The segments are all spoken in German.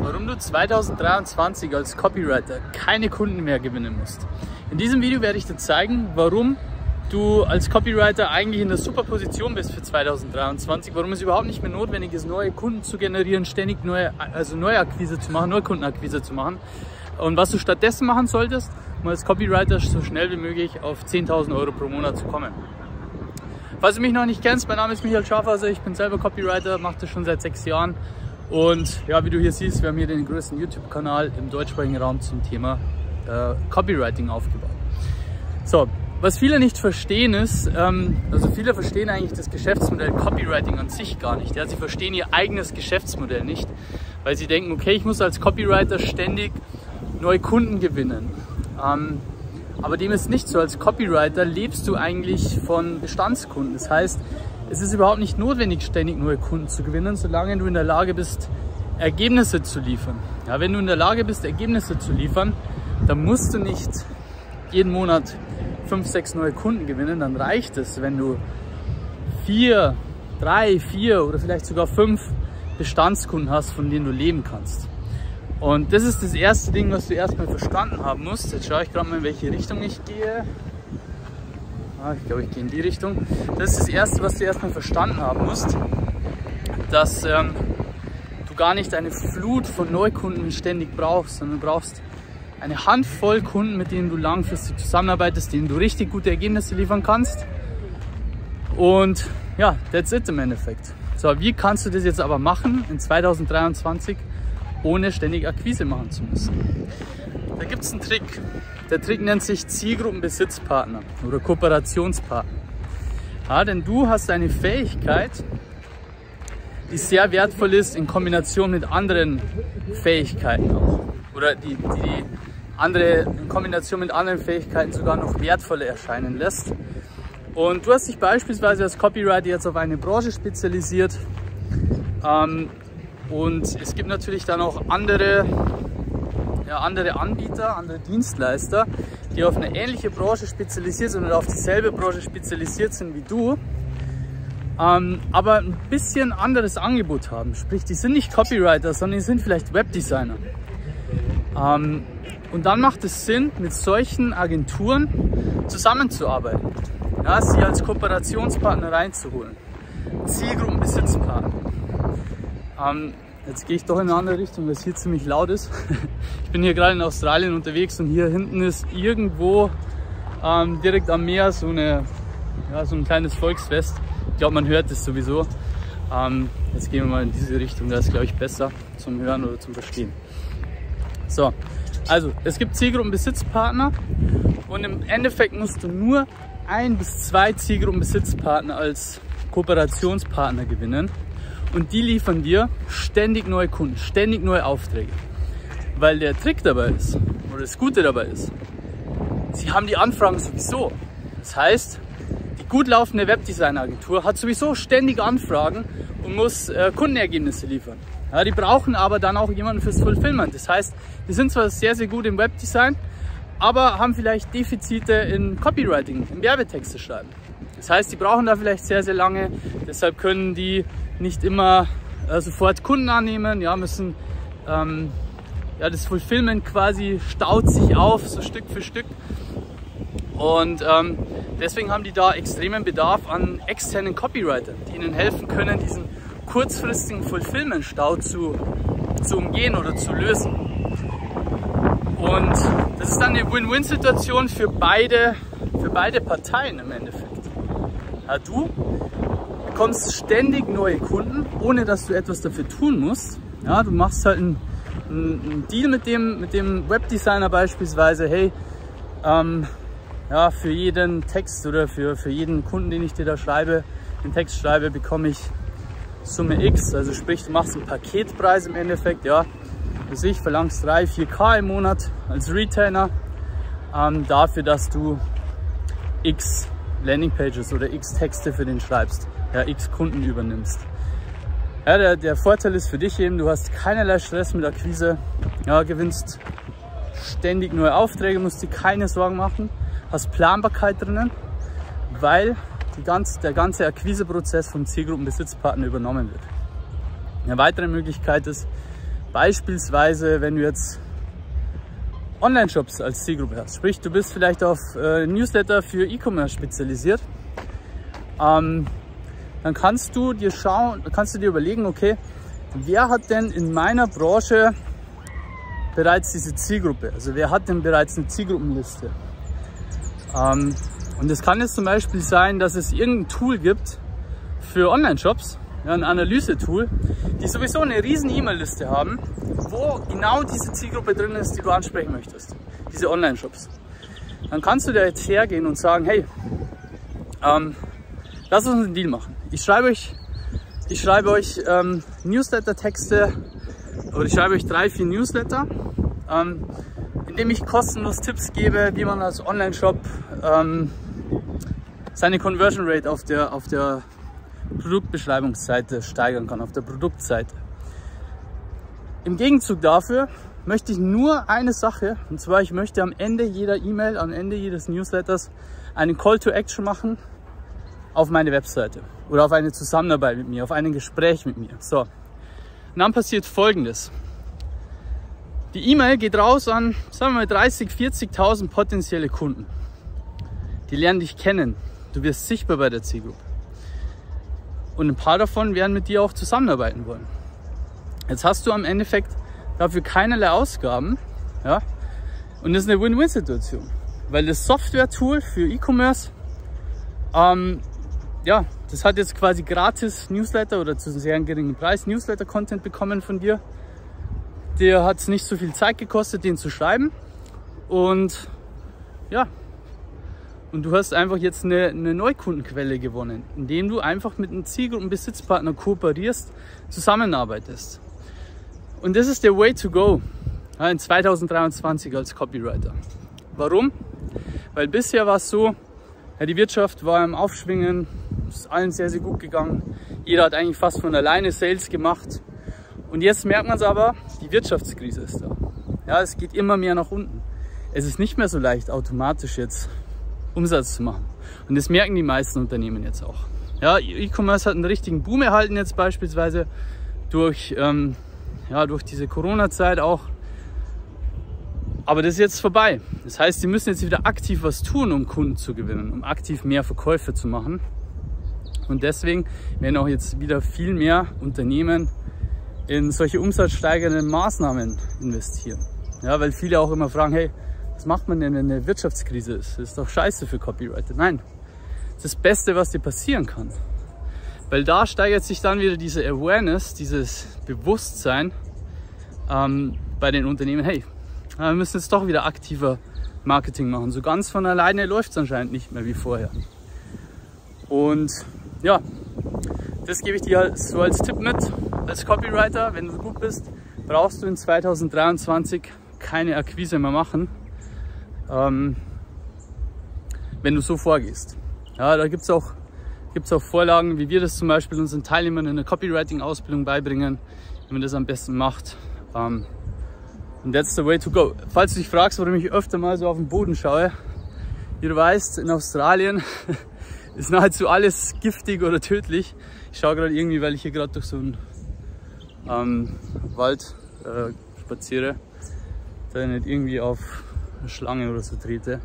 warum du 2023 als Copywriter keine Kunden mehr gewinnen musst. In diesem Video werde ich dir zeigen, warum du als Copywriter eigentlich in der super Position bist für 2023, warum es überhaupt nicht mehr notwendig ist, neue Kunden zu generieren, ständig Neuakquise zu machen, Neukundenakquise zu machen. Und was du stattdessen machen solltest, um als Copywriter so schnell wie möglich auf 10.000 Euro pro Monat zu kommen. Falls du mich noch nicht kennst, mein Name ist Michael Schafhauser, ich bin selber Copywriter, mache das schon seit 6 Jahren. Und ja, wie du hier siehst, wir haben hier den größten YouTube-Kanal im deutschsprachigen Raum zum Thema Copywriting aufgebaut. So, was viele nicht verstehen ist, also viele verstehen eigentlich das Geschäftsmodell Copywriting an sich gar nicht. Ja? Sie verstehen ihr eigenes Geschäftsmodell nicht, weil sie denken, okay, ich muss als Copywriter ständig neue Kunden gewinnen. Aber dem ist nicht so. Als Copywriter lebst du eigentlich von Bestandskunden. Das heißt, es ist überhaupt nicht notwendig, ständig neue Kunden zu gewinnen, solange du in der Lage bist, Ergebnisse zu liefern. Ja, wenn du in der Lage bist, Ergebnisse zu liefern, dann musst du nicht jeden Monat 5, 6 neue Kunden gewinnen. Dann reicht es, wenn du 4, 3, 4 oder vielleicht sogar 5 Bestandskunden hast, von denen du leben kannst. Und das ist das erste Ding, was du erstmal verstanden haben musst. Jetzt schaue ich gerade mal, in welche Richtung ich gehe. Ich glaube, ich gehe in die Richtung. Das ist das erste, was du erstmal verstanden haben musst. Dass du gar nicht eine Flut von Neukunden ständig brauchst, sondern du brauchst eine Handvoll Kunden, mit denen du langfristig zusammenarbeitest, denen du richtig gute Ergebnisse liefern kannst. Und ja, that's it im Endeffekt. So, wie kannst du das jetzt aber machen in 2023? Ohne ständig Akquise machen zu müssen. Da gibt es einen Trick. Der Trick nennt sich Zielgruppenbesitzpartner oder Kooperationspartner. Ja, denn du hast eine Fähigkeit, die sehr wertvoll ist in Kombination mit anderen Fähigkeiten auch. Oder die andere in Kombination mit anderen Fähigkeiten sogar noch wertvoller erscheinen lässt. Und du hast dich beispielsweise als Copywriter jetzt auf eine Branche spezialisiert. Und es gibt natürlich dann auch andere Anbieter, andere Dienstleister, die auf eine ähnliche Branche spezialisiert sind oder auf dieselbe Branche spezialisiert sind wie du, aber ein bisschen anderes Angebot haben. Sprich, die sind nicht Copywriter, sondern die sind vielleicht Webdesigner. Und dann macht es Sinn, mit solchen Agenturen zusammenzuarbeiten, ja, sie als Kooperationspartner reinzuholen. Zielgruppenbesitzpartner. Jetzt gehe ich doch in eine andere Richtung, weil es hier ziemlich laut ist. Ich bin hier gerade in Australien unterwegs und hier hinten ist irgendwo direkt am Meer so ein kleines Volksfest. Ich glaube, man hört es sowieso. Jetzt gehen wir mal in diese Richtung, das ist, glaube ich, besser zum Hören oder zum Verstehen. So, also es gibt Zielgruppenbesitzpartner und im Endeffekt musst du nur 1 bis 2 Zielgruppenbesitzpartner als Kooperationspartner gewinnen. Und die liefern dir ständig neue Kunden, ständig neue Aufträge. Weil der Trick dabei ist, oder das Gute dabei ist, sie haben die Anfragen sowieso. Das heißt, die gut laufende Webdesign-Agentur hat sowieso ständig Anfragen und muss Kundenergebnisse liefern. Ja, die brauchen aber dann auch jemanden fürs Fulfillment. Das heißt, die sind zwar sehr, sehr gut im Webdesign, aber haben vielleicht Defizite in Copywriting, im Werbetexte schreiben. Das heißt, die brauchen da vielleicht sehr, sehr lange, deshalb können die nicht immer sofort Kunden annehmen, ja, müssen, das Fulfillment quasi staut sich auf, so Stück für Stück. Und deswegen haben die da extremen Bedarf an externen Copywritern, die ihnen helfen können, diesen kurzfristigen Fulfillment-Stau zu umgehen oder zu lösen. Und das ist dann eine Win-Win-Situation für beide Parteien im Endeffekt. Ja, du bekommst ständig neue Kunden, ohne dass du etwas dafür tun musst. Ja, du machst halt einen Deal mit dem Webdesigner beispielsweise, hey, für jeden Text oder für jeden Kunden, den ich dir da schreibe, den Text schreibe, bekomme ich Summe X. Also sprich, du machst einen Paketpreis im Endeffekt, ja. Also ich verlangst 3, 4K im Monat als Retainer dafür, dass du X Landingpages oder X Texte für den schreibst, ja, X Kunden übernimmst. Ja, der Vorteil ist für dich eben, du hast keinerlei Stress mit Akquise, ja, gewinnst ständig neue Aufträge, musst dir keine Sorgen machen, hast Planbarkeit drinnen, weil der ganze Akquiseprozess vom Zielgruppenbesitzpartner übernommen wird. Eine weitere Möglichkeit ist, Beispielsweise, wenn du jetzt Online-Shops als Zielgruppe hast, sprich du bist vielleicht auf Newsletter für E-Commerce spezialisiert, dann kannst du dir überlegen, okay, wer hat denn in meiner Branche bereits diese Zielgruppe? Also wer hat denn bereits eine Zielgruppenliste? Und es kann jetzt zum Beispiel sein, dass es irgendein Tool gibt für Online-Shops, ja, ein Analyse-Tool, die sowieso eine riesen E-Mail-Liste haben, wo genau diese Zielgruppe drin ist, die du ansprechen möchtest, diese Online-Shops. Dann kannst du da jetzt hergehen und sagen, hey, lass uns einen Deal machen. Ich schreibe euch Newsletter-Texte, oder ich schreibe euch 3, 4 Newsletter, indem ich kostenlos Tipps gebe, wie man als Online-Shop seine Conversion Rate auf der Produktbeschreibungsseite steigern kann, auf der Produktseite. Im Gegenzug dafür möchte ich nur eine Sache, und zwar ich möchte am Ende jeder E-Mail, am Ende jedes Newsletters einen Call to Action machen auf meine Webseite oder auf eine Zusammenarbeit mit mir, auf ein Gespräch mit mir. So, und dann passiert Folgendes. Die E-Mail geht raus an, sagen wir mal, 30.000, 40.000 potenzielle Kunden. Die lernen dich kennen. Du wirst sichtbar bei der Zielgruppe. Und ein paar davon werden mit dir auch zusammenarbeiten wollen. Jetzt hast du am Endeffekt dafür keinerlei Ausgaben. Ja? Und das ist eine Win-Win-Situation. Weil das Software-Tool für E-Commerce, ja, das hat jetzt quasi gratis Newsletter oder zu einem sehr geringen Preis Newsletter-Content bekommen von dir. Der hat es nicht so viel Zeit gekostet, den zu schreiben. Und ja, und du hast einfach jetzt eine Neukundenquelle gewonnen, indem du einfach mit einem Zielgruppenbesitzpartner kooperierst, zusammenarbeitest. Und das ist der Way to go in 2023 als Copywriter. Warum? Weil bisher war es so, ja, die Wirtschaft war im Aufschwingen, es ist allen sehr, sehr gut gegangen. Jeder hat eigentlich fast von alleine Sales gemacht. Und jetzt merkt man es aber, die Wirtschaftskrise ist da. Ja, es geht immer mehr nach unten. Es ist nicht mehr so leicht, automatisch jetzt Umsatz zu machen. Und das merken die meisten Unternehmen jetzt auch. Ja, E-Commerce hat einen richtigen Boom erhalten jetzt beispielsweise durch diese Corona-Zeit auch. Aber das ist jetzt vorbei. Das heißt, sie müssen jetzt wieder aktiv was tun, um Kunden zu gewinnen, um aktiv mehr Verkäufe zu machen. Und deswegen werden auch jetzt wieder viel mehr Unternehmen in solche umsatzsteigernden Maßnahmen investieren. Ja, weil viele auch immer fragen, hey, was macht man denn, wenn eine Wirtschaftskrise ist? Das ist doch scheiße für Copywriter. Nein, das ist das Beste, was dir passieren kann. Weil da steigert sich dann wieder diese Awareness, dieses Bewusstsein bei den Unternehmen, hey, wir müssen jetzt doch wieder aktiver Marketing machen. So ganz von alleine läuft es anscheinend nicht mehr wie vorher. Und ja, das gebe ich dir so als Tipp mit. Als Copywriter, wenn du gut bist, brauchst du in 2023 keine Akquise mehr machen, wenn du so vorgehst. Ja, da gibt es auch Vorlagen, wie wir das zum Beispiel unseren Teilnehmern in der Copywriting-Ausbildung beibringen, wie man das am besten macht. Und that's the way to go. Falls du dich fragst, warum ich öfter mal so auf den Boden schaue, wie du weißt, in Australien ist nahezu alles giftig oder tödlich. Ich schaue gerade irgendwie, weil ich hier gerade durch so einen Wald spaziere, dass ich nicht irgendwie auf eine Schlange oder so trete.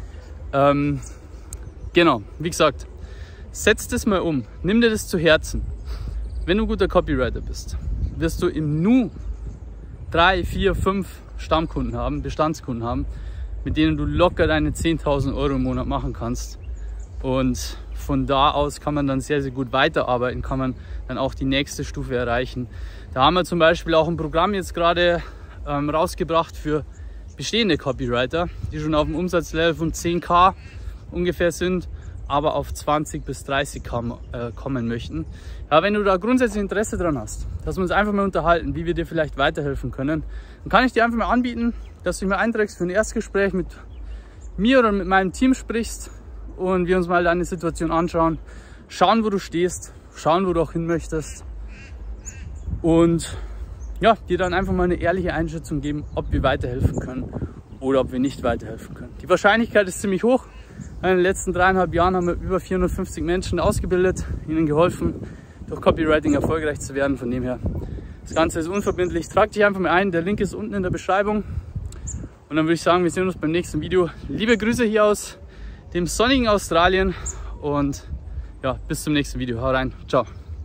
Genau, wie gesagt, setz das mal um, nimm dir das zu Herzen. Wenn du guter Copywriter bist, wirst du im Nu 3, 4, 5 Stammkunden haben, Bestandskunden haben, mit denen du locker deine 10.000 Euro im Monat machen kannst. Und von da aus kann man dann sehr, sehr gut weiterarbeiten, kann man dann auch die nächste Stufe erreichen. Da haben wir zum Beispiel auch ein Programm jetzt gerade rausgebracht für bestehende Copywriter, die schon auf dem Umsatzlevel von 10.000 ungefähr sind, aber auf 20 bis 30.000 kommen möchten. Ja, wenn du da grundsätzlich Interesse dran hast, dass wir uns einfach mal unterhalten, wie wir dir vielleicht weiterhelfen können, dann kann ich dir einfach mal anbieten, dass du dich mal einträgst für ein Erstgespräch mit mir oder mit meinem Team sprichst und wir uns mal deine Situation anschauen, schauen, wo du stehst, schauen, wo du auch hin möchtest und ja, dir dann einfach mal eine ehrliche Einschätzung geben, ob wir weiterhelfen können oder ob wir nicht weiterhelfen können. Die Wahrscheinlichkeit ist ziemlich hoch. In den letzten 3,5 Jahren haben wir über 450 Menschen ausgebildet, ihnen geholfen, durch Copywriting erfolgreich zu werden. Von dem her ist Das Ganze ist unverbindlich. Trag dich einfach mal ein, der Link ist unten in der Beschreibung. Und dann würde ich sagen, wir sehen uns beim nächsten Video. Liebe Grüße hier aus dem sonnigen Australien und ja, bis zum nächsten Video. Hau rein. Ciao.